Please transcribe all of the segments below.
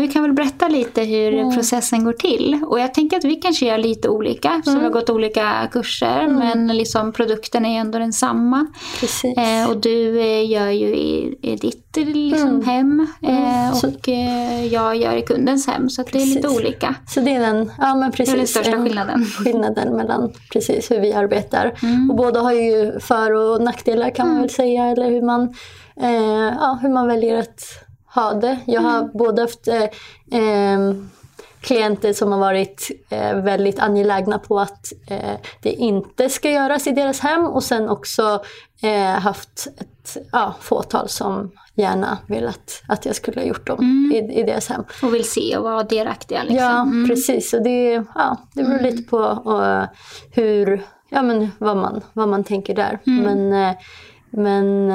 vi kan väl berätta lite hur processen går till. Och jag tänker att vi kanske gör lite olika. Så vi har gått olika kurser. Men liksom produkten är ändå densamma. Precis. Och du gör ju i ditt liksom hem. Och jag gör i kundens hem. Så att det är lite olika. Så det är den, men precis, det är den största skillnaden. Skillnaden mellan precis hur vi arbetar. Och båda har ju för- och nackdelar kan man väl säga. Eller hur man väljer att ha det. Jag har både haft klienter som har varit väldigt angelägna på att det inte ska göras i deras hem. Och sen också haft ett fåtal som gärna vill att jag skulle ha gjort dem i deras hem. Och vill se och vara delaktiga. Liksom. Ja, precis. Och det beror lite på hur, vad man tänker där. Men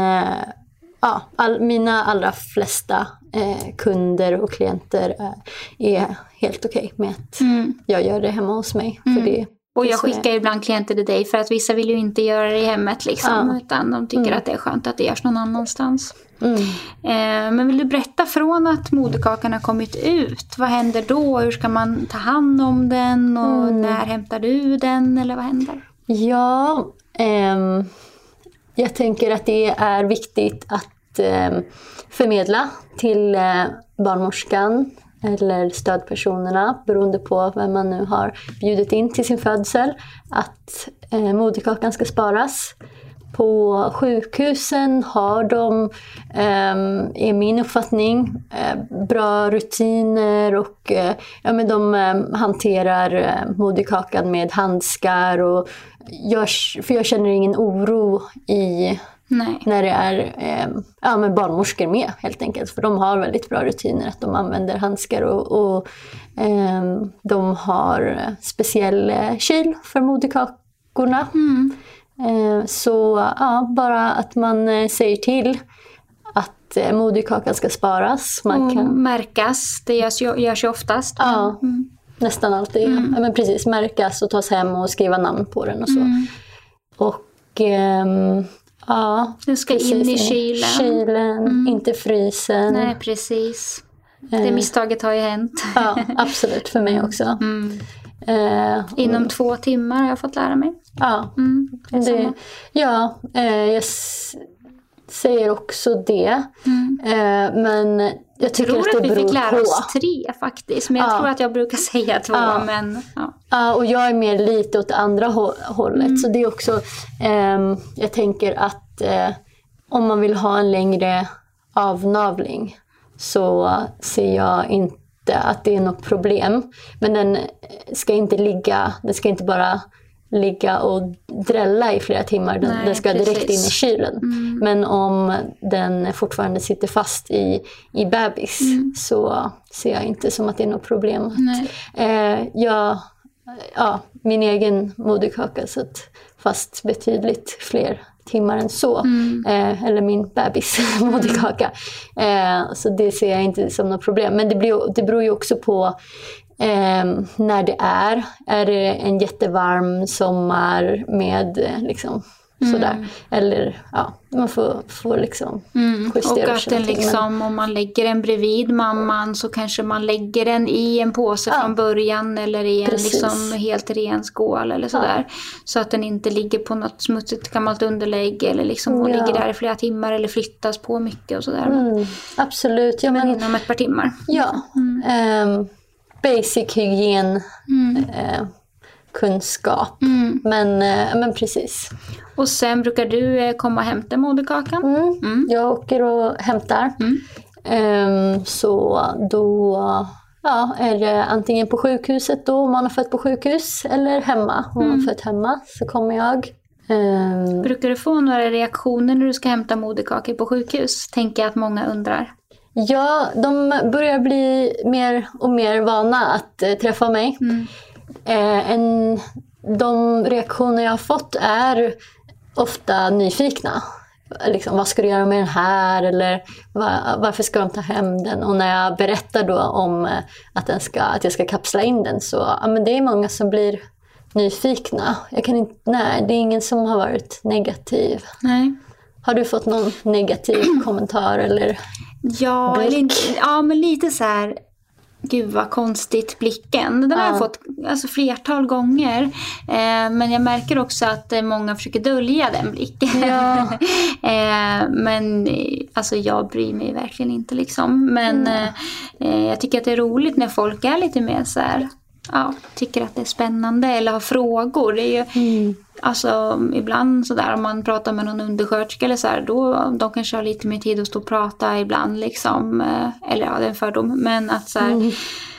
mina allra flesta kunder och klienter är helt okej med att jag gör det hemma hos mig. För det, och jag skickar ibland klienter till dig för att vissa vill ju inte göra det i hemmet liksom, utan de tycker att det är skönt att det görs någon annanstans. Men vill du berätta från att moderkakan har kommit ut? Vad händer då? Hur ska man ta hand om den? Och när hämtar du den? Eller vad händer? Ja, jag tänker att det är viktigt att förmedla till barnmorskan eller stödpersonerna, beroende på vem man nu har bjudit in till sin födsel, att moderkakan ska sparas. På sjukhusen har de, är min uppfattning, bra rutiner och de hanterar moderkakan med handskar. Och för jag känner ingen oro när det är med barnmorskor med helt enkelt. För de har väldigt bra rutiner att de använder handskar och de har speciell kyl för moderkakorna. Så bara att man säger till att moderkakan ska sparas. Man kan märkas, det görs ju oftast. Ja, nästan alltid. Men precis, märkas och tas hem och skriva namn på den och så. Och den ska precis, in i kylen. Inte frysen. Nej, precis. Det misstaget har ju hänt. Ja, absolut, för mig också. Inom 2 timmar har jag fått lära mig. Ja, jag säger också det. Men jag tycker att det beror på. Jag tror att vi fick lära oss 3 faktiskt. Men jag tror att jag brukar säga 2. Och jag är mer lite åt andra hållet. Så det är också, jag tänker att om man vill ha en längre avnavling så ser jag inte att det är något problem. Men den ska inte bara ligga och drälla i flera timmar. Den ska direkt in i kylen. Men om den fortfarande sitter fast i bebis så ser jag inte som att det är något problem. Min egen moderkaka satt fast betydligt fler timmar än så. Eller min bebis moderkaka. Så det ser jag inte som något problem. Men det beror ju också på när det är. Är det en jättevarm sommar med liksom sådär. Eller man får liksom justera. Och att den liksom, om man lägger den bredvid mamman så kanske man lägger den i en påse från början eller i en liksom helt ren skål eller sådär. Så att den inte ligger på något smutsigt gammalt underlägg eller liksom hon ligger där i flera timmar eller flyttas på mycket och sådär. Absolut. Men inom ett par timmar. Basic hygien kunskap. Men precis. Och sen brukar du komma och hämta moderkakan? Jag åker och hämtar. Så då är det antingen på sjukhuset då, om man har fött på sjukhus, eller hemma. Om man har fött hemma så kommer jag. Brukar du få några reaktioner när du ska hämta moderkakor på sjukhus? Tänker jag att många undrar. Ja, de börjar bli mer och mer vana att träffa mig. De reaktioner jag har fått är ofta nyfikna. Liksom, vad ska du göra med den här? Eller varför ska de ta hem den? Och när jag berättar då om att jag ska kapsla in den så men det är många som blir nyfikna. Det är ingen som har varit negativ. Nej. Har du fått någon negativ kommentar eller? Men lite så här. gud vad konstigt blicken. Den har jag fått alltså, flertal gånger. Men jag märker också att många försöker dölja den blicken. Ja. Men alltså jag bryr mig verkligen inte liksom. Men jag tycker att det är roligt när folk är lite mer så här, ja, tycker att det är spännande eller har frågor. Det är ju alltså ibland så där om man pratar med någon undersköterska eller så här, då de kanske har lite mer tid att stå och prata ibland liksom, eller ja, det är en fördom, men att så här,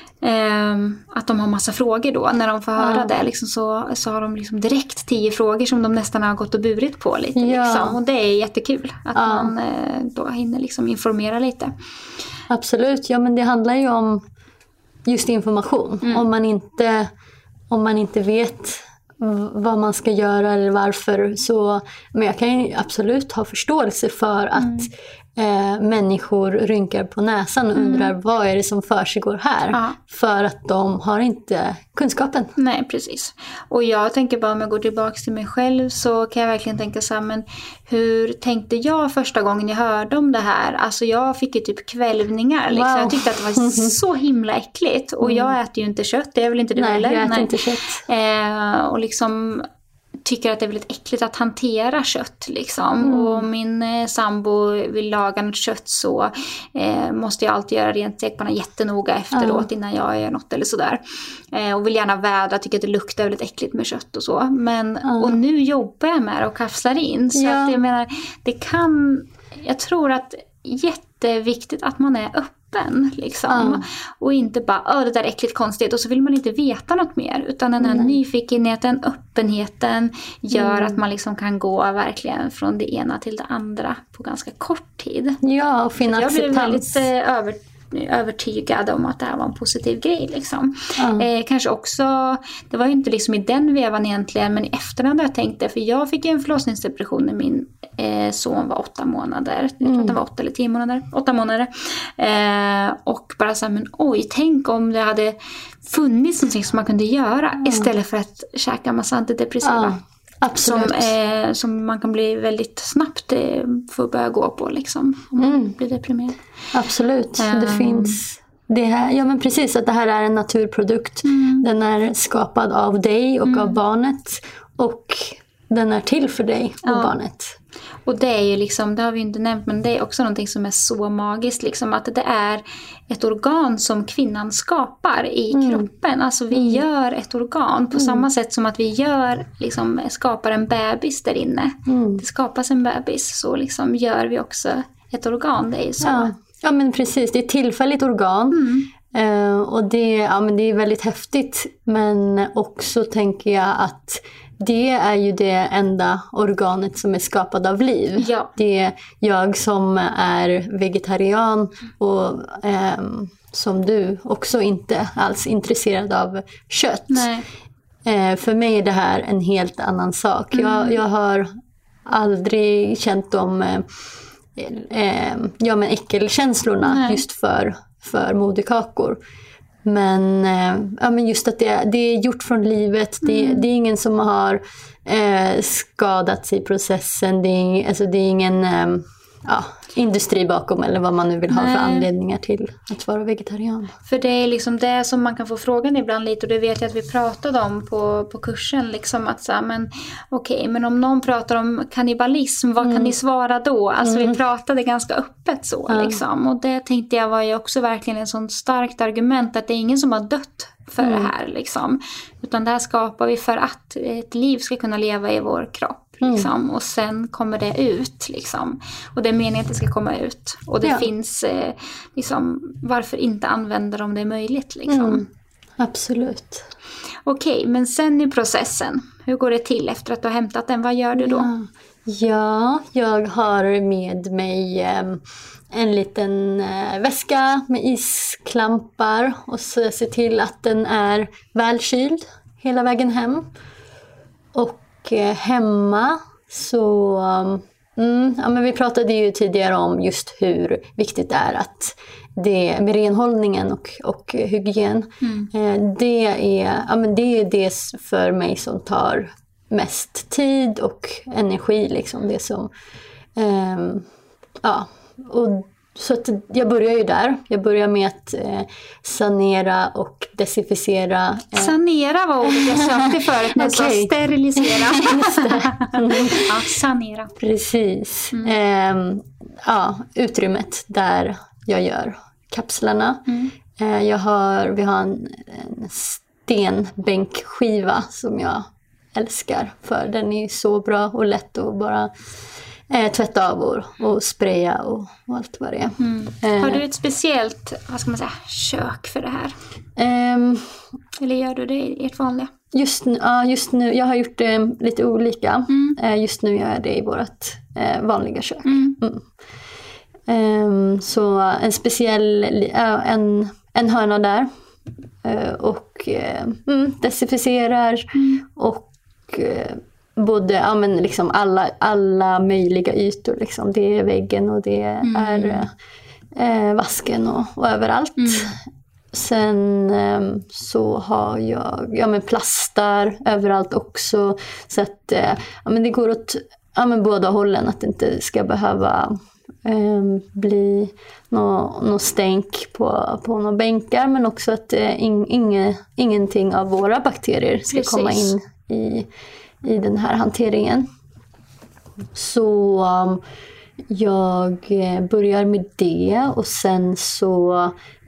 att de har massa frågor då när de får höra det liksom, så har de liksom direkt 10 frågor som de nästan har gått och burit på lite liksom, och det är jättekul att man då hinner liksom informera lite. Absolut, ja men det handlar ju om just information. Om man inte vet vad man ska göra eller varför, så men jag kan ju absolut ha förståelse för att människor rynkar på näsan och undrar vad är det som försiggår här, för att de har inte kunskapen. Nej, precis. Och jag tänker bara, om jag går tillbaka till mig själv, så kan jag verkligen tänka så här, men hur tänkte jag första gången jag hörde om det här? Alltså jag fick ju typ kvällningar liksom. Jag tyckte att det var så himla äckligt, och jag äter ju inte kött, det är väl inte du heller? Nej, jag äter inte kött. Och liksom tycker att det är väldigt äckligt att hantera kött liksom. Och min sambo vill laga något kött, så måste jag alltid göra rent stekpanna jättenoga efteråt innan jag gör något eller sådär. Och vill gärna vädra, tycker att det luktar väldigt äckligt med kött och så. Men, och nu jobbar jag med det och kapslar in. Så att jag menar, jag tror att jätteviktigt att man är öppen liksom. Och inte bara, det där är äckligt konstigt, och så vill man inte veta något mer, utan den här nyfikenheten, öppenheten gör att man liksom kan gå verkligen från det ena till det andra på ganska kort tid. Ja, och finna acceptans. Jag blev väldigt övertygad om att det här var en positiv grej liksom. Kanske också, det var ju inte liksom i den vevan egentligen, men i efterhand har jag tänkt det, för jag fick en förlossningsdepression när min son var 8 månader. Jag tror att det var 8 eller 10 månader. 8 månader. Och bara så här, men oj, tänk om det hade funnits någonting som man kunde göra istället för att käka massa antidepressiva. Som man kan bli väldigt snabbt få börja gå på liksom, om man blir deprimerad. Absolut, det finns det här, ja men precis, att det här är en naturprodukt. Den är skapad av dig och av barnet, och den är till för dig och barnet. Och det är ju liksom, det har vi inte nämnt, men det är också någonting som är så magiskt liksom, att det är ett organ som kvinnan skapar i kroppen. Alltså vi gör ett organ på samma sätt som att vi skapar en bebis där inne. Det skapas en bebis, så liksom gör vi också ett organ. Det är ju så. Ja men precis, det är ett tillfälligt organ. Och det är väldigt häftigt, men också tänker jag att det är ju det enda organet som är skapat av liv. Det är jag som är vegetarian och som du också inte alls intresserad av kött. För mig är det här en helt annan sak. Jag har aldrig känt om äckelkänslorna just för moderkakor. Men just att det är gjort från livet. Det är ingen som har skadats i processen. Det är ingen industri bakom, eller vad man nu vill ha för anledningar till att vara vegetarian. För det är liksom det som man kan få frågan ibland lite, och det vet jag att vi pratade om på kursen liksom, att så, men men om någon pratar om kannibalism, vad kan ni svara då? Alltså vi pratade ganska öppet så liksom, och det tänkte jag var ju också verkligen en sån starkt argument, att det är ingen som har dött för det här liksom, utan det här skapar vi för att ett liv ska kunna leva i vår kropp liksom, och sen kommer det ut liksom, och det är meningen att det ska komma ut, och det finns liksom, varför inte använda det om det är möjligt liksom. Absolut. Okej, men sen i processen, hur går det till efter att du har hämtat den? Vad gör du då? Ja, jag har med mig en liten väska med isklampar, och så ser till att den är välkyld hela vägen hem. Och hemma så men vi pratade ju tidigare om just hur viktigt det är att det med renhållningen och hygien. Det är det för mig som tar mest tid och energi liksom, det som och Så att jag börjar ju där. Jag börjar med att sanera och desinficera. Sanera var ordet jag sökte förut. Nästan sterilisera. Just det. Ja, sanera. Precis. Utrymmet där jag gör kapslarna. Vi har en stenbänkskiva som jag älskar. För den är så bra och lätt att bara tvätta av och spraya och allt vad det är. Har du ett speciellt, vad ska man säga, kök för det här? Eller gör du det i ert vanliga? Just nu, jag har gjort det lite olika. Just nu gör jag det i vårt vanliga kök. Så en speciell, en hörna där. Och desinficerar och både liksom alla möjliga ytor liksom. Det är väggen och det är vasken och överallt. Sen så har jag plastar överallt också, så att det går åt båda hållen, att det inte ska behöva bli någon stänk på några bänkar, men också att ingenting av våra bakterier ska komma in i den här hanteringen. Så jag börjar med det, och sen så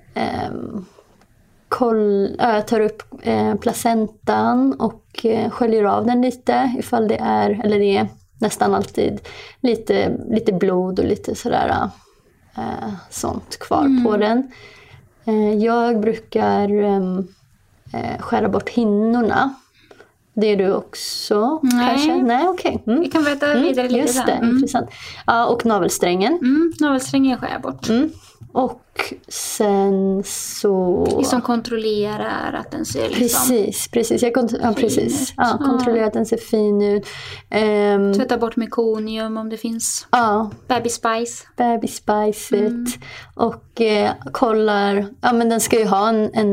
jag tar upp placentan och sköljer av den lite ifall det är nästan alltid lite blod och lite sådär sånt kvar på den. Jag brukar skära bort hinnorna. Det är du också? Nej. Kanske? Nej, okej. Vi kan berätta vidare lite. Just det, intressant. Ja, och navelsträngen. Navelsträngen skär jag bort. Och sen så... Liksom kontrollerar att den ser liksom... Precis. Precis. Ja, kontrollerar att den ser fin ut. Tvätta bort mekonium om det finns. Ja. Baby spice. Baby spicet. Och kollar... Ja, men den ska ju ha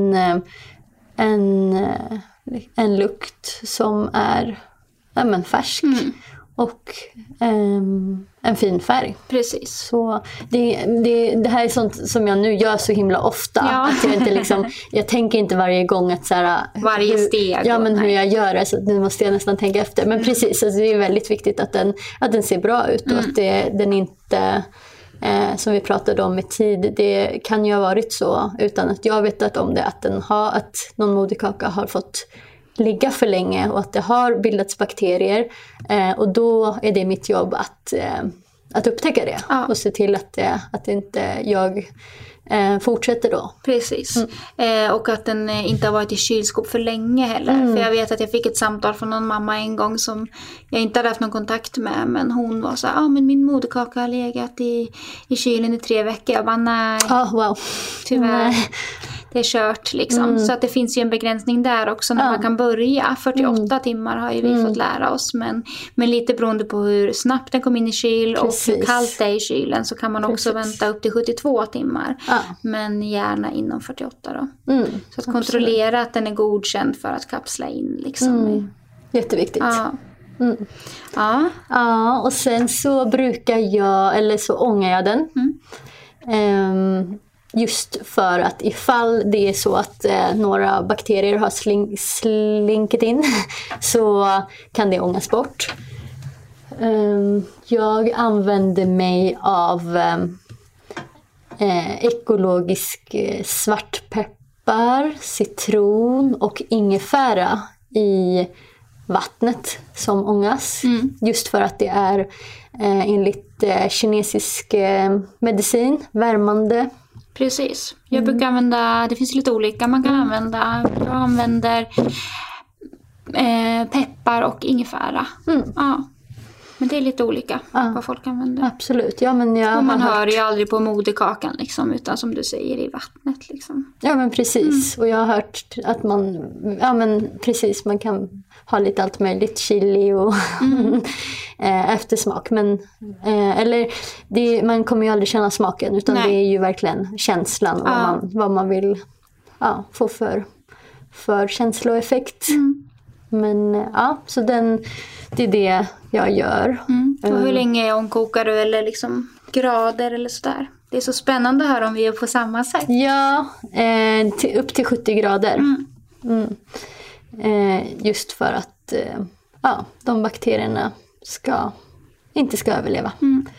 en lukt som är färsk. Och en fin färg. Precis. Så det här är sånt som jag nu gör så himla ofta. Ja. Att jag inte jag tänker inte varje gång att varje steg. Hur jag gör det, så nu måste jag nästan tänka efter. Men precis, alltså det är väldigt viktigt att den ser bra ut och att den inte, som vi pratade om med tid, det kan ju ha varit så utan att jag vetat om det, att någon moderkaka har fått ligga för länge och att det har bildats bakterier, och då är det mitt jobb att upptäcka det och se till att inte jag fortsätter då. Precis. Och att den inte har varit i kylskåp för länge heller. För jag vet att jag fick ett samtal från någon mamma en gång som jag inte hade haft någon kontakt med, men hon var så här, men min moderkaka har legat i kylen i 3 veckor. Jag bara, nej. Wow. Tyvärr. Nej. Det är kört liksom. Så att det finns ju en begränsning där också när man kan börja. 48 timmar har ju vi fått lära oss. Men lite beroende på hur snabbt den kom in i kyl och hur kallt det är i kylen, så kan man också vänta upp till 72 timmar. Men gärna inom 48 då. Så att kontrollera att den är godkänd för att kapsla in liksom. Jätteviktigt. Ja, och sen så så ångar jag den. Just för att ifall det är så att några bakterier har slinkit in så kan det ångas bort. Jag använder mig av ekologisk svartpeppar, citron och ingefära i vattnet som ångas. Just för att det är enligt kinesisk medicin värmande. Precis. Jag brukar använda, det finns lite olika man kan använda. Jag använder peppar och ingefära. Ja. Men det är lite olika vad folk använder. Absolut. Ja, men och man hör ju aldrig på moderkakan liksom, utan som du säger i vattnet liksom. Ja, men precis. Och jag har hört att man kan ha lite allt möjligt, chili och eftersmak. Men, man kommer ju aldrig känna smaken, utan det är ju verkligen känslan och vad man vill få för känsloeffekt. Men så det är det jag gör. Och hur länge omkokar du, eller liksom grader eller sådär? Det är så spännande att höra om vi är på samma sätt. Ja, upp till 70 grader. Just för att de bakterierna inte ska överleva.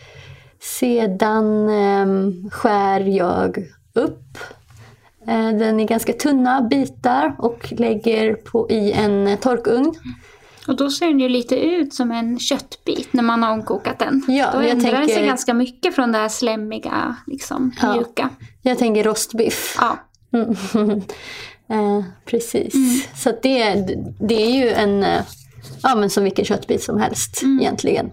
Sedan skär jag upp den i ganska tunna bitar och lägger i en torkugn. Och då ser den ju lite ut som en köttbit när man har omkokat den. Ja, då ändrar den sig ganska mycket från det här slemmiga, liksom, mjuka. Jag tänker rostbiff. Ja. Precis. Så att det är ju men som vilken köttbit som helst egentligen.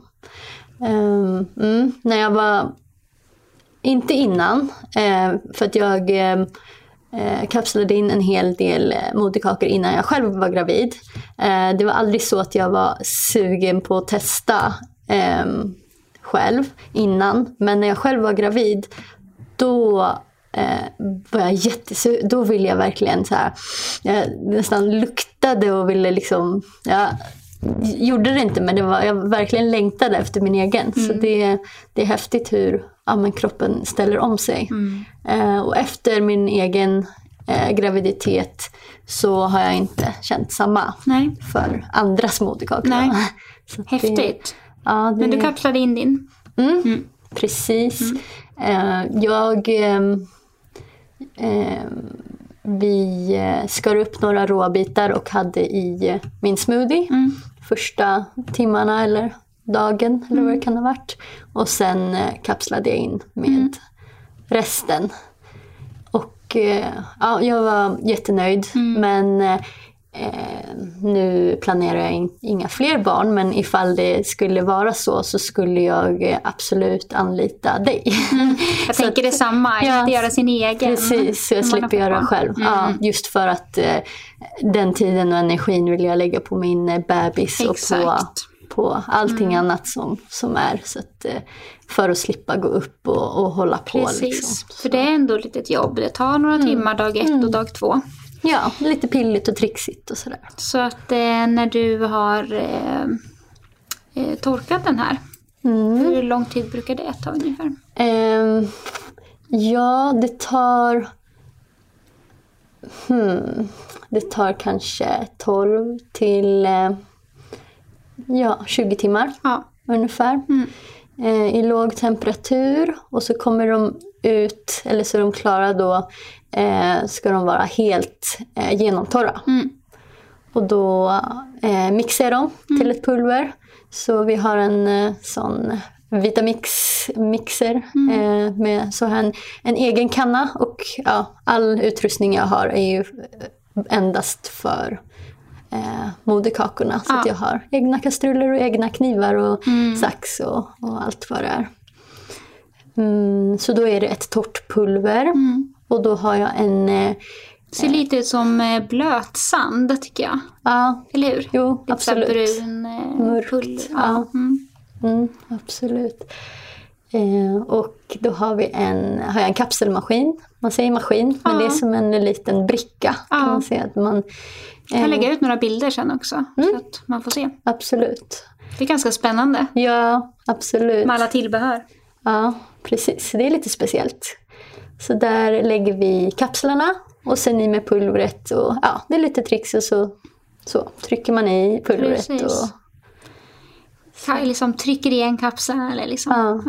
När jag var, inte innan, för att jag kapslade in en hel del moderkakor innan jag själv var gravid. Det var aldrig så att jag var sugen på att testa själv innan. Men när jag själv var gravid, då var jag då ville jag verkligen så här, jag nästan luktade och ville liksom, jag gjorde det inte, men jag verkligen längtade efter min egen. Så det är häftigt hur kroppen ställer om sig. Och efter min egen graviditet så har jag inte känt samma för andras moderkakor. Nej. Häftigt. Men du kapslade in din. Precis. Vi skar upp några råbitar och hade i min smoothie första timmarna eller dagen eller vad det kan ha varit. Och sen kapslade jag in med resten. Och jag var jättenöjd. Men nu planerar jag inga fler barn, men ifall det skulle vara så skulle jag absolut anlita dig. Jag tänker detsamma, inte göra sin egen. Precis, så jag slipper göra själv. Just för att den tiden och energin vill jag lägga på min bebis. Exakt. Och på allting annat som är. Så att, för att slippa gå upp och hålla på. Precis, liksom. för det är ändå lite ett jobb. Det tar några timmar dag 1 och dag 2. Ja, lite pilligt och trixigt och sådär. Så att när du har torkat den här, hur lång tid brukar det ta ungefär? Det tar kanske 12 till 20 timmar ungefär. I låg temperatur, och så kommer de ut, eller så är de klara då, ska de vara helt genomtorra. Och då mixar jag dem till ett pulver. Så vi har en sån Vitamix-mixer med så här en egen kanna. Och all utrustning jag har är ju endast för moderkakorna. Så att jag har egna kastruller och egna knivar och sax och allt vad det är. Så då är det ett torrt pulver. Och då har jag ser lite ut som blöt sand, tycker jag. Ja. Eller hur? Jo, lite absolut. Brun, mörkt. Absolut. Och då har jag en kapselmaskin. Man säger maskin, men det är som en liten bricka. Kan man säga att man kan lägga ut några bilder sen också, så att man får se. Absolut. Det är ganska spännande. Ja, absolut. Med alla tillbehör. Ja, precis. Det är lite speciellt. Så där lägger vi kapslarna och sen i med pulvret. Och det är lite tricks, och så trycker man i pulvret. Precis. Och liksom trycker igen kapseln eller liksom.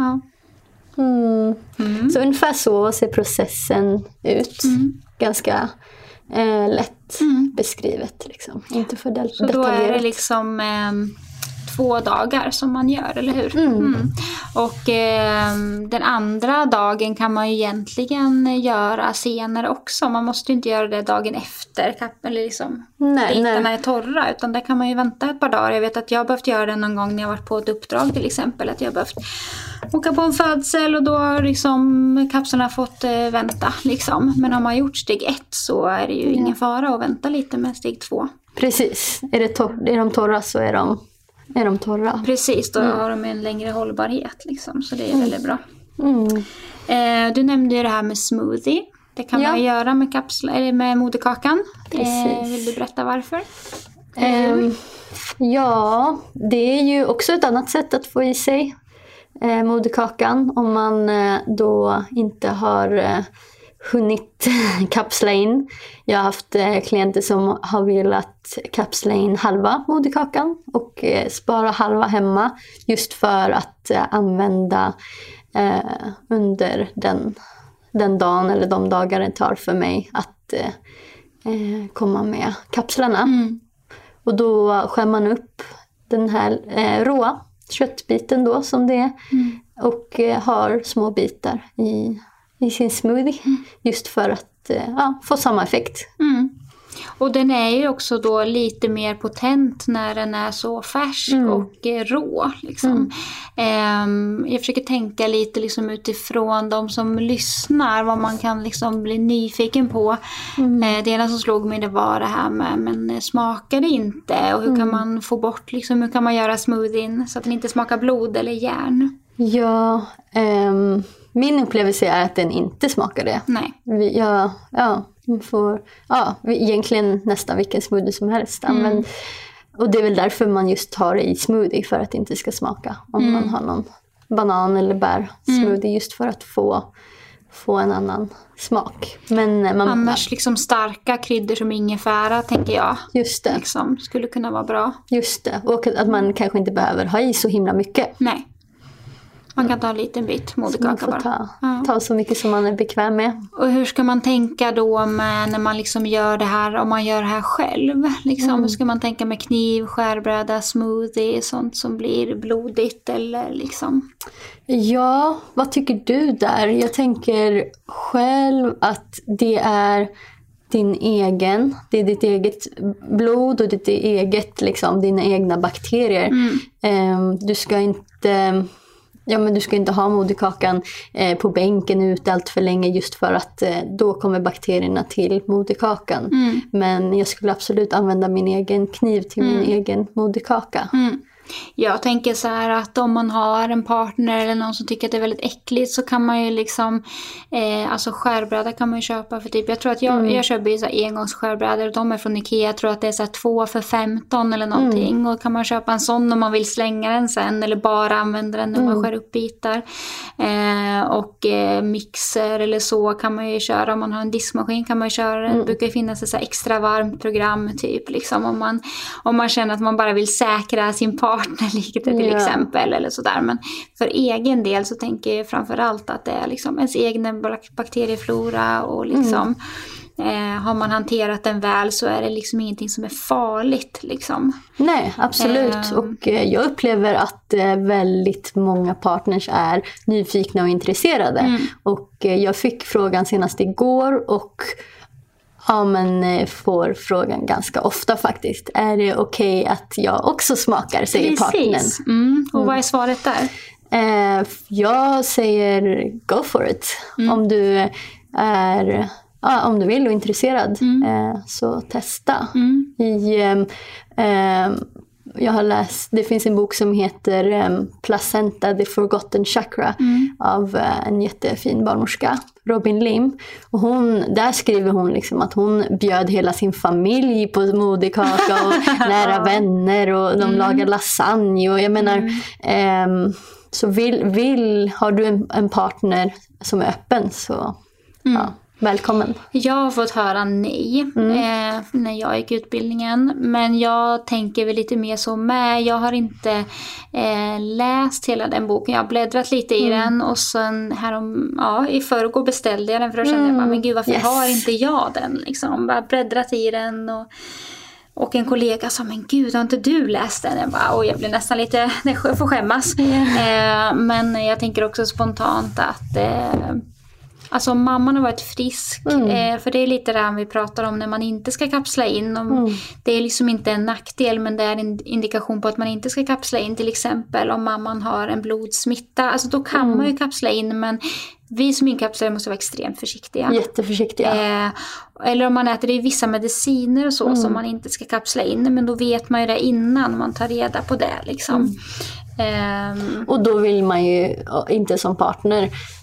Så ungefär så ser processen ut. Ganska lätt beskrivet liksom. Inte för detaljerat. Så då är det liksom 2 dagar som man gör, eller hur? Och den andra dagen kan man ju egentligen göra senare också. Man måste ju inte göra det dagen efter eller liksom bitarna är torra, utan där kan man ju vänta ett par dagar. Jag vet att jag har behövt göra det någon gång när jag varit på ett uppdrag till exempel, att jag har behövt åka på en födsel och då har liksom kapslarna fått vänta liksom. Men har man gjort steg 1 så är det ju ingen fara att vänta lite med steg 2. Precis, är de torra så är de torra. Precis, då har de en längre hållbarhet liksom, så det är väldigt bra. Du nämnde ju det här med smoothie. Det kan man göra med kapslar eller med moderkakan. Vill du berätta varför? Det är ju också ett annat sätt att få i sig moderkakan om man då inte har hunnit kapsla in. Jag har haft klienter som har velat kapsla in halva moderkakan och spara halva hemma just för att använda under den dagen eller de dagar det tar för mig att komma med kapslarna. Och då skär man upp den här råa köttbiten då som det är och har små bitar i sin smoothie just för att få samma effekt. Och den är ju också då lite mer potent när den är så färsk och rå. Liksom. Jag försöker tänka lite liksom utifrån de som lyssnar, vad man kan liksom bli nyfiken på. Det ena som slog mig det var det här med, men smakar det inte? Och hur kan man få bort, liksom, hur kan man göra smoothien så att den inte smakar blod eller järn? Ja, min upplevelse är att den inte smakar det. Nej. Egentligen nästan vilken smoothie som helst. Och det är väl därför man just tar det i smoothie, för att det inte ska smaka. Om man har någon banan eller bär smoothie, just för att få en annan smak. Men annars liksom starka kryddor som ingefära, tänker jag. Just det. Liksom, skulle kunna vara bra. Just det. Och att man kanske inte behöver ha i så himla mycket. Nej. Man kan ta en liten bit moderkaka bara. Ta så mycket som man är bekväm med. Och hur ska man tänka då när man liksom gör det här, om man gör det här själv? Liksom, hur ska man tänka med kniv, skärbräda, smoothie, sånt som blir blodigt eller liksom? Ja, vad tycker du där? Jag tänker själv att det är det är ditt eget blod och ditt eget, liksom, dina egna bakterier. Du ska inte ha moderkakan på bänken ute allt för länge, just för att då kommer bakterierna till moderkakan. Men jag skulle absolut använda min egen kniv till min egen moderkaka. Jag tänker så här att om man har en partner eller någon som tycker att det är väldigt äckligt, så kan man ju liksom alltså skärbräda kan man ju köpa för typ, jag tror att jag köper ju så här engångsskärbrädor och de är från Ikea, jag tror att det är så här 2 för 15 eller någonting, och kan man köpa en sån om man vill slänga den sen eller bara använda den när man skär upp bitar, och mixer eller så kan man ju köra, om man har en diskmaskin kan man ju köra den. Det brukar ju finnas ett så här extra varmt program typ, liksom, om man känner att man bara vill säkra sin partner till exempel eller sådär. Men för egen del så tänker jag framförallt att det är liksom ens egen bakterieflora och liksom har man hanterat den väl så är det liksom ingenting som är farligt liksom. Nej, absolut. Och jag upplever att väldigt många partners är nyfikna och intresserade. Och jag fick frågan senast igår och får frågan ganska ofta faktiskt. Är det okej att jag också smakar, säger partnern. Och vad är svaret där? Jag säger go for it. Om du vill och är intresserad, så testa. Jag har läst, det finns en bok som heter Placenta, the Forgotten Chakra av en jättefin barnmorska, Robin Lim. Och där skriver hon liksom att hon bjöd hela sin familj på moderkaka och nära vänner, och de lagar lasagne. Och jag menar, så har du en partner som är öppen, så välkommen. Jag har fått höra nej när jag gick utbildningen. Men jag tänker väl lite mer så med. Jag har inte läst hela den boken. Jag har bläddrat lite i den. Och sen i förrgår beställde jag den. För då kände jag bara, men gud, varför har inte jag den? Liksom, bara bläddrat i den och en kollega sa, men gud, har inte du läst den? Jag blev nästan lite, jag får skämmas. Men jag tänker också spontant att alltså mamman har varit frisk, för det är lite det här vi pratar om när man inte ska kapsla in. Det är liksom inte en nackdel, men det är en indikation på att man inte ska kapsla in. Till exempel om mamman har en blodsmitta, alltså då kan man ju kapsla in, men vi som inkapslare måste vara extremt försiktiga. Jätteförsiktiga. Eller om man äter i vissa mediciner och så som man inte ska kapsla in, men då vet man ju det innan man tar reda på det liksom. Och då vill man ju inte som partner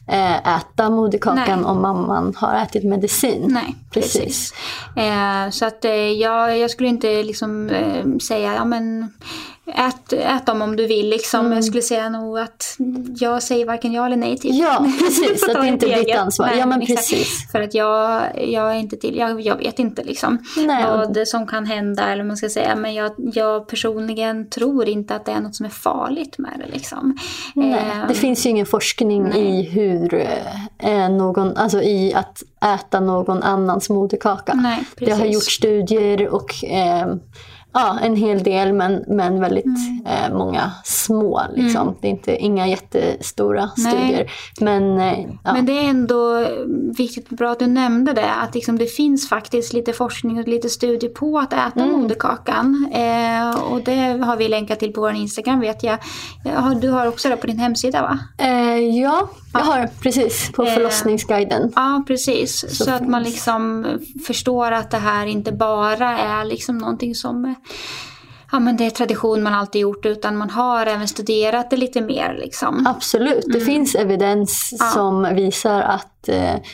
äta moderkakan om mamman har ätit medicin. Nej, precis. Så att jag skulle inte liksom säga, ja men ät dem om du vill liksom. Jag skulle säga nog att jag säger varken ja eller nej till. Ja, precis. Så att det inte är ditt ansvar. Nej, ja, men precis. För att jag är inte till, jag vet inte liksom vad som kan hända, eller man ska säga, men jag personligen tror inte att det är något som är farligt med det liksom. Nej, det finns ju ingen forskning i hur alltså i att äta någon annans moderkaka. Nej, det har gjort studier och en hel del, men väldigt många små liksom. Det är inte inga jättestora studier. Men det är ändå viktigt, bra att du nämnde det, att liksom det finns faktiskt lite forskning och lite studier på att äta moderkakan. Och det har vi länkat till på vår Instagram, vet jag. Du har också det på din hemsida, va? Ja, jag har precis på förlossningsguiden. Ja, precis. Så att man liksom förstår att det här inte bara är liksom någonting som men det är tradition man alltid gjort, utan man har även studerat det lite mer liksom. Absolut, det finns evidens som visar att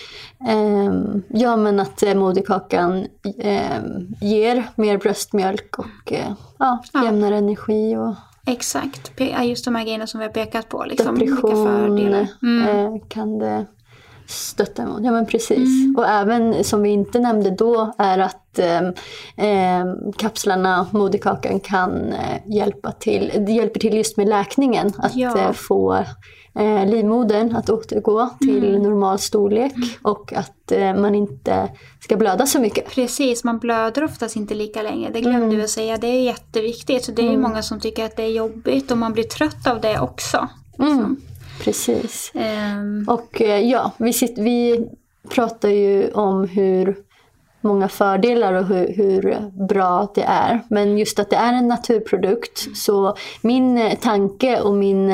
att moderkakan ger mer bröstmjölk och jämnare energi och exakt, just de här grejerna som vi har pekat på liksom. Depression kan det stötta emot. Ja, men precis. Och även som vi inte nämnde då är att kapslarna, moderkakan kan hjälper till just med läkningen. Att få livmodern att återgå till normal storlek och att man inte ska blöda så mycket. Precis, man blöder oftast inte lika länge. Det glömde vi att säga. Det är jätteviktigt. Så det är ju många som tycker att det är jobbigt och man blir trött av det också. Precis. Och vi pratar ju om hur många fördelar och hur bra det är. Men just att det är en naturprodukt, så min tanke och min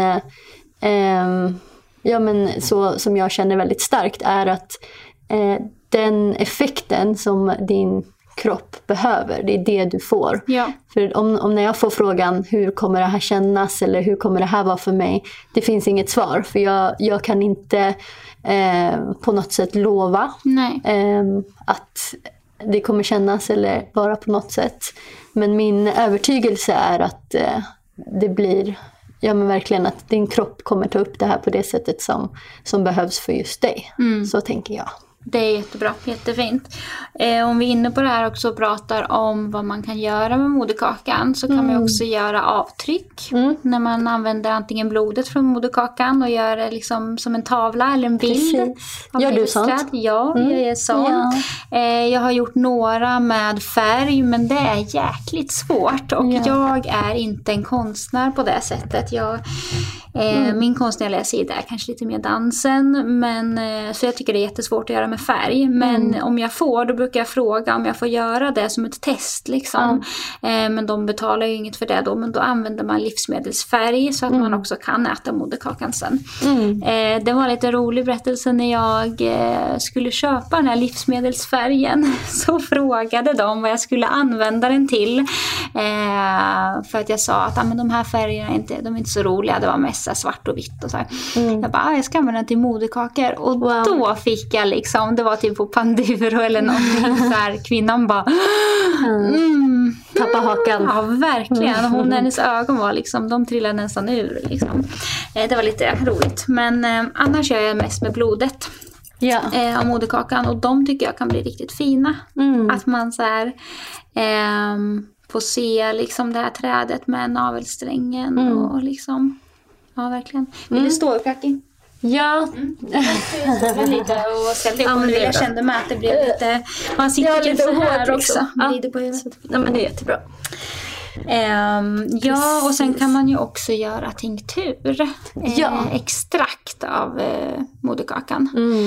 så som jag känner väldigt starkt är att den effekten som din kropp behöver, det är det du får. Ja. För om när jag får frågan, hur kommer det här kännas eller hur kommer det här vara för mig, det finns inget svar, för jag kan inte på något sätt lova att det kommer kännas eller vara på något sätt. Men min övertygelse är att det blir verkligen att din kropp kommer ta upp det här på det sättet som behövs för just dig. Så tänker jag. Det är jättebra, jättefint. Om vi är inne på det här också och pratar om vad man kan göra med moderkakan, så kan man också göra avtryck när man använder antingen blodet från moderkakan och gör det liksom som en tavla eller en bild. Gör du sånt? Ja, jag gör sånt. Ja. Jag har gjort några med färg, men det är jäkligt svårt och jag är inte en konstnär på det sättet. Min konstnärliga sida är kanske lite mer dansen, men så jag tycker det är jättesvårt att göra med färg, men om jag får, då brukar jag fråga om jag får göra det som ett test liksom. Men de betalar ju inget för det då, men då använder man livsmedelsfärg så att man också kan äta moderkakan sen. Det var lite rolig berättelse när jag skulle köpa den här livsmedelsfärgen, så frågade de vad jag skulle använda den till, för att jag sa att men de här färgerna de är inte så roliga, det var mest svart och vitt och så här. Jag bara, jag ska använda den till moderkakor, och då fick jag liksom, det var typ på Panduro eller någonting så här, kvinnan bara tappa hakan. Ja, verkligen. Hennes ögon var liksom, de trillade nästan ur liksom. Det var lite roligt, men annars gör jag mest med blodet av moderkakan, och de tycker jag kan bli riktigt fina. Att man så här får se liksom det här trädet med navelsträngen och liksom, ja verkligen. Vill det stå upp, Kaki? Ja. Lite och ställde upp jag kände med att det blev lite, man sitter lite så här också. På huvudet. Ja, men det är jättebra. Och sen kan man ju också göra tinktur. Extrakt av moderkakan.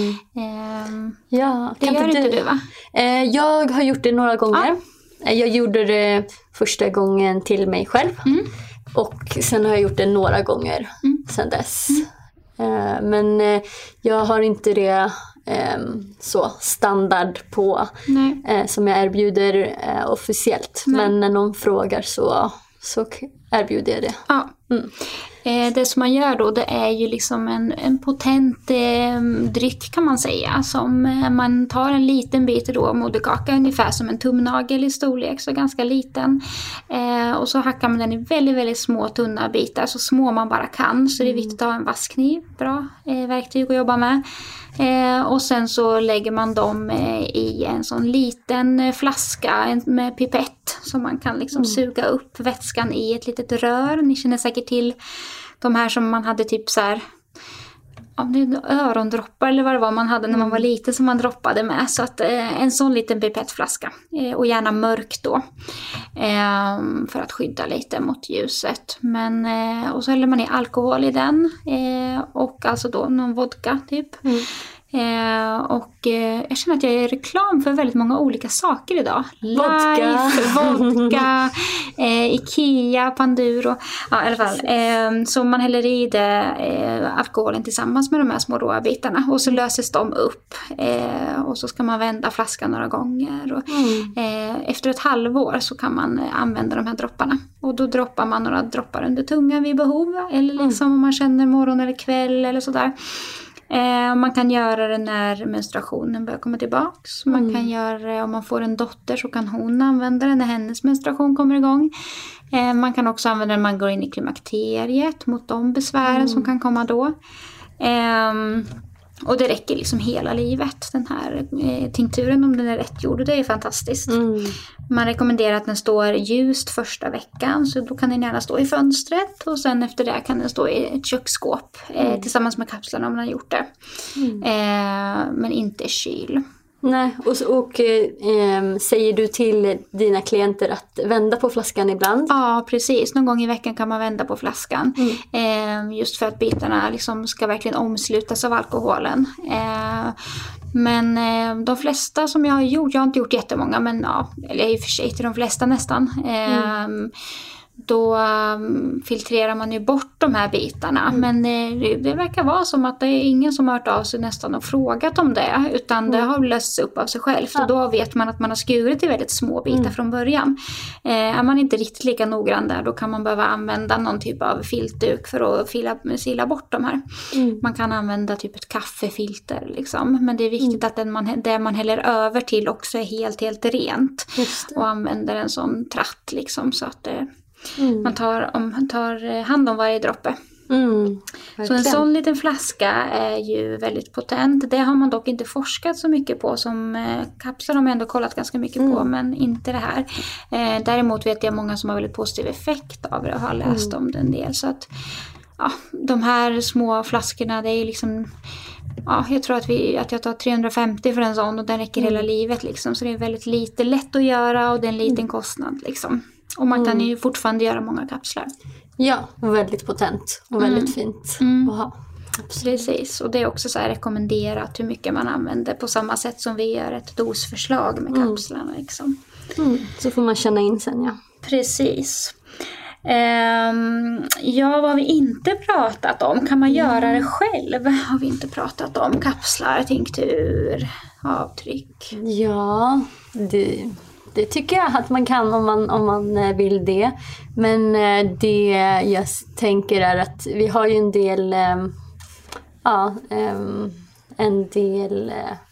Det gör inte du, va? Jag har gjort det några gånger. Jag gjorde det första gången till mig själv. Och sen har jag gjort det några gånger sen dess. Men jag har inte det så standard på som jag erbjuder officiellt. Men när någon frågar så erbjuder jag det. Ja. Det som man gör då, det är ju liksom en potent dryck kan man säga. Som man tar en liten bit då, moderkaka ungefär som en tumnagel i storlek, så ganska liten. Och så hackar man den i väldigt, väldigt små tunna bitar, så små man bara kan. Så det är viktigt att ha en vasskniv, bra verktyg att jobba med. Och sen så lägger man dem i en sån liten flaska med pipett, så man kan liksom suga upp vätskan i ett litet rör. Ni känner säkert till de här som man hade typ så här, om det är örondroppar eller vad det var man hade när man var liten, som man droppade med. Så att en sån liten pipettflaska, och gärna mörk då, för att skydda lite mot ljuset. Men, och så häller man i alkohol i den, och alltså då någon vodka typ. Och jag känner att jag gör reklam för väldigt många olika saker idag. Vodka, Ikea, Panduro. Ja, i alla fall. Så man häller i alkoholen tillsammans med de här små råa bitarna. Och så löses de upp. Och så ska man vända flaskan några gånger. Och, efter ett halvår så kan man använda de här dropparna. Och då droppar man några droppar under tungan vid behov. Eller liksom om man känner morgon eller kväll eller sådär. Man kan göra det när menstruationen börjar komma tillbaks. Man kan göra det om man får en dotter, så kan hon använda det när hennes menstruation kommer igång. Man kan också använda det när man går in i klimakteriet mot de besvären som kan komma då. Och det räcker liksom hela livet, den här tinkturen, om den är rätt gjord. Och det är fantastiskt. Man rekommenderar att den står ljust första veckan. Så då kan den gärna stå i fönstret. Och sen efter det kan den stå i ett köksskåp. Tillsammans med kapslarna om man har gjort det. Men inte kyl. Nej, och säger du till dina klienter att vända på flaskan ibland? Ja, precis. Någon gång i veckan kan man vända på flaskan. Just för att bitarna liksom ska verkligen omslutas av alkoholen. Men de flesta som jag har gjort, jag har inte gjort jättemånga, men ja, eller i och för sig till de flesta nästan. Då filtrerar man ju bort de här bitarna. Men det verkar vara som att det är ingen som har hört av sig nästan och frågat om det. Utan det har lösts upp av sig självt. Och då vet man att man har skurit i väldigt små bitar från början. Är man inte riktigt lika noggrann där, då kan man behöva använda någon typ av filtduk för att sila bort de här. Man kan använda typ ett kaffefilter liksom. Men det är viktigt att det man häller över till också är helt rent. Och använder en sån tratt liksom, så att man tar hand om varje droppe. Så en sån liten flaska är ju väldigt potent. Det har man dock inte forskat så mycket på. Som kapslar har man ändå kollat ganska mycket på, men inte det här. Däremot vet jag många som har väldigt positiv effekt av det och har läst om det en del. Så att ja, de här små flaskorna, det är liksom... Ja, jag tror att jag tar 350 för en sån, och den räcker hela livet liksom. Så det är väldigt lite lätt att göra, och det är en liten kostnad liksom. Och man kan ju fortfarande göra många kapslar. Ja, väldigt potent och väldigt fint att ha. Precis, och det är också så här rekommenderat hur mycket man använder, på samma sätt som vi gör ett dosförslag med kapslarna liksom. Så får man känna in sen, ja. Precis. Ja, vad vi inte pratat om, kan man göra det själv? Har vi inte pratat om kapslar, tinktur, avtryck? Ja, det tycker jag att man kan om man vill det. Men det jag tänker är att vi har ju en del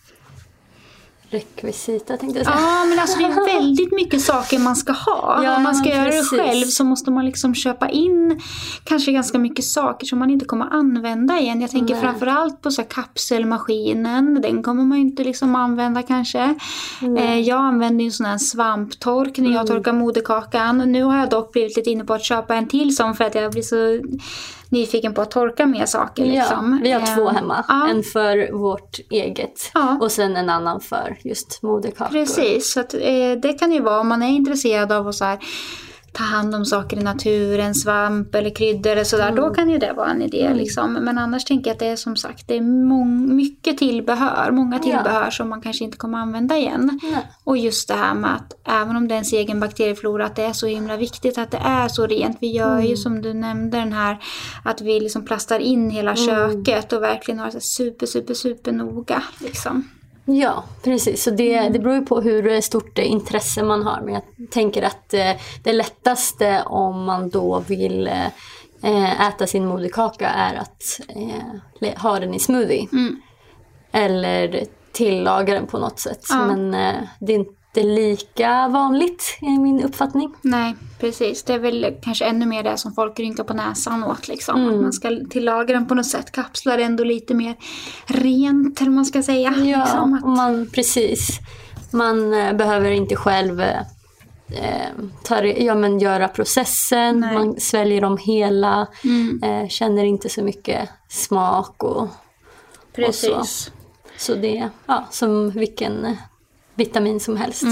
rekvisita, tänkte jag säga. Ja, men alltså det är väldigt mycket saker man ska ha. Ja, om man ska göra det själv så måste man liksom köpa in kanske ganska mycket saker som man inte kommer använda igen. Jag tänker framförallt på så här kapselmaskinen. Den kommer man inte liksom använda kanske. Jag använder ju en sån här svamptork när jag torkar moderkakan. Nu har jag dock blivit lite inne på att köpa en till sån, för att jag blir så nyfiken på att torka mer saker liksom. Ja, vi har 2 hemma. En för vårt eget och sen en annan för just moderkakor. Precis, så att, det kan ju vara om man är intresserad av att så här, ta hand om saker i naturen, svamp eller kryddor eller sådär, då kan ju det vara en idé liksom. Men annars tänker jag att det är som sagt, det är mycket tillbehör, många tillbehör som man kanske inte kommer använda igen. Och just det här med att även om det är ens egen bakterieflora, att det är så himla viktigt att det är så rent. Vi gör ju som du nämnde den här, att vi liksom plastar in hela köket och verkligen har det super noga liksom. Ja, precis. Så det beror ju på hur stort intresse man har. Men jag tänker att det lättaste om man då vill äta sin moderkaka är att ha den i smoothie. Eller tillaga den på något sätt. Men det är inte lika vanligt i min uppfattning. Nej, precis. Det är väl kanske ännu mer det som folk rynkar på näsan åt. Liksom. Att man ska tillaga den på något sätt. Kapslar ändå lite mer rent, eller man ska säga. Ja, liksom, precis. Man behöver inte själv göra processen. Nej. Man sväljer dem hela. Känner inte så mycket smak och så. Så det är som vilken vitamin som helst.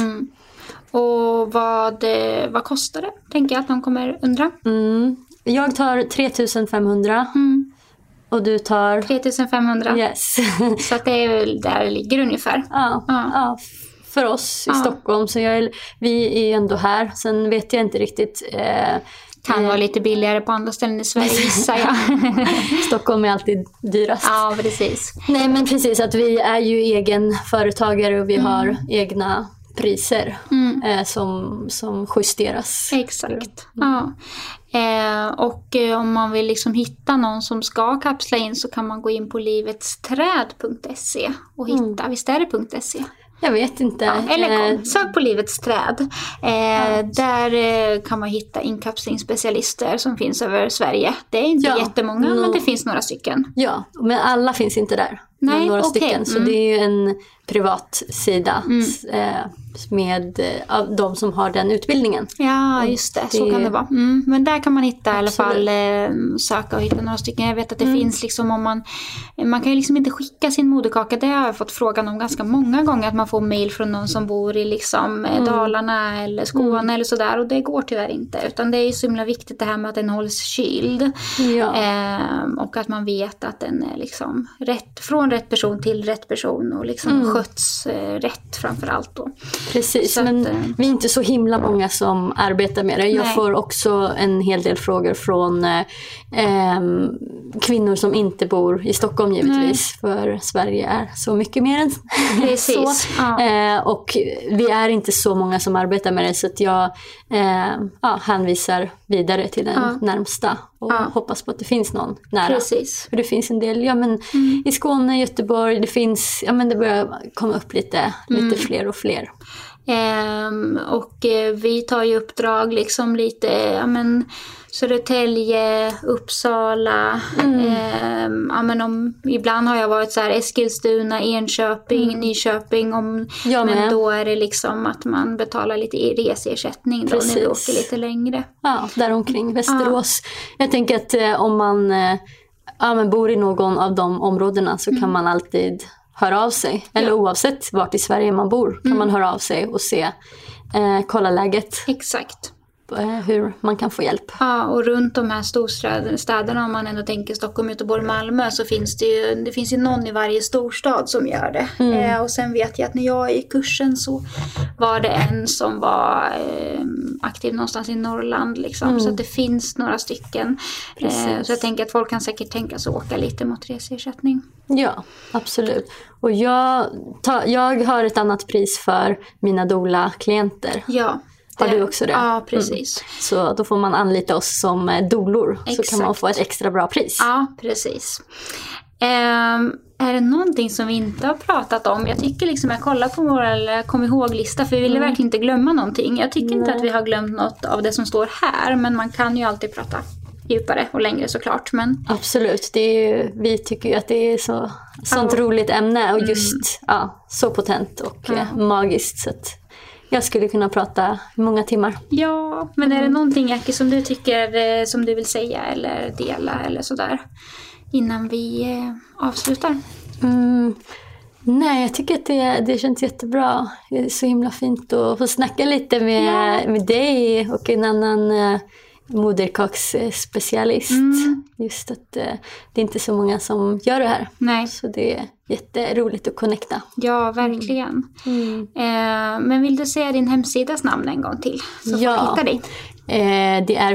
Och vad kostar det? Tänker jag att de kommer undra. Jag tar 3500. Och du tar 3500. Yes. Så att det är där det ligger ungefär. Ja, för oss i Stockholm. Så vi är ändå här. Sen vet jag inte riktigt. Kan vara lite billigare på andra ställen i Sverige, gissar jag. Stockholm är alltid dyrast. Ja, precis. Nej, men precis, att vi är ju egen företagare och vi har egna priser som justeras. Exakt. Ja. Och om man vill liksom hitta någon som ska kapsla in, så kan man gå in på livetsträd.se och hitta. Visst är det .se? Jag vet inte. Eller sök på Livets träd. Där kan man hitta inkapslingsspecialister som finns över Sverige. Det är inte jättemånga, men det finns några stycken. Ja, men alla finns inte där. Nej, några stycken. Så det är ju en privat sida med de som har den utbildningen. Ja, just det. Så kan det vara. Men där kan man hitta i alla fall, söka och hitta några stycken. Jag vet att det finns liksom, om man kan ju liksom inte skicka sin moderkaka. Det har jag fått frågan om ganska många gånger, att man får mejl från någon som bor i liksom Dalarna eller Skåne eller sådär, och det går tyvärr inte. Utan det är ju så himla viktigt det här med att den hålls kyld. Och att man vet att den är liksom från rätt person till rätt person och liksom sköts rätt framförallt då. Precis, men vi är inte så himla många som arbetar med det. Jag får också en hel del frågor från kvinnor som inte bor i Stockholm givetvis. För Sverige är så mycket mer än så. Och vi är inte så många som arbetar med det, så att jag hänvisar vidare till den närmsta och hoppas på att det finns någon nära. Precis. För det finns en del, i Skåne, Göteborg, det finns, det börjar komma upp lite fler och fler. Och vi tar ju uppdrag liksom lite, Södertälje, Uppsala, ibland har jag varit så här Eskilstuna, Enköping, Nyköping, men då är det liksom att man betalar lite reseersättning då när vi åker lite längre. Ja, där omkring Västerås. Jag tänker att om man bor i någon av de områdena så kan man alltid höra av sig. Eller oavsett vart i Sverige man bor kan man höra av sig och kolla läget. Exakt. Hur man kan få hjälp. Ja, och runt de här storstäderna, om man ändå tänker Stockholm, Göteborg, Malmö, så finns det finns ju någon i varje storstad som gör det. Och sen vet jag att när jag är i kursen så var det en som var aktiv någonstans i Norrland liksom. Så att det finns några stycken. Så jag tänker att folk kan säkert tänka sig åka lite mot reseersättning. Ja, absolut. Och jag har ett annat pris för mina doula-klienter. Ja. Har du också det? Ja, precis. Så då får man anlita oss som doulor. Exakt. Så kan man få ett extra bra pris. Ja, precis. Är det någonting som vi inte har pratat om? Jag tycker liksom, jag kollar på vår kom ihåg-lista, för vi ville verkligen inte glömma någonting. Jag tycker inte att vi har glömt något av det som står här, men man kan ju alltid prata djupare och längre såklart. Men... Absolut, vi tycker ju att det är sånt roligt ämne och just så potent och magiskt, så att jag skulle kunna prata många timmar. Ja, men är det någonting, Jackie, som du tycker som du vill säga eller dela eller sådär innan vi avslutar? Nej, jag tycker att det känns jättebra. Det är så himla fint att få snacka lite med dig och en annan moderkaksspecialist. Just att det är inte så många som gör det här. Nej. Så det är jätteroligt att connecta. Ja, verkligen. Men vill du säga din hemsidas namn en gång till? Så får jag hitta dig. Det är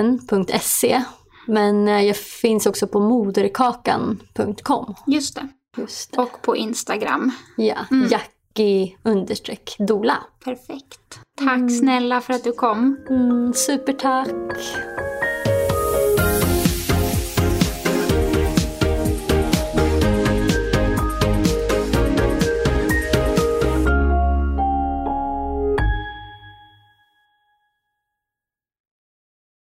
förlossningsguiden.se. Men jag finns också på moderkakan.com. Just det. Just det. Och på Instagram. Ja, Jackie_Dola. Perfekt. Tack snälla för att du kom. Supertack.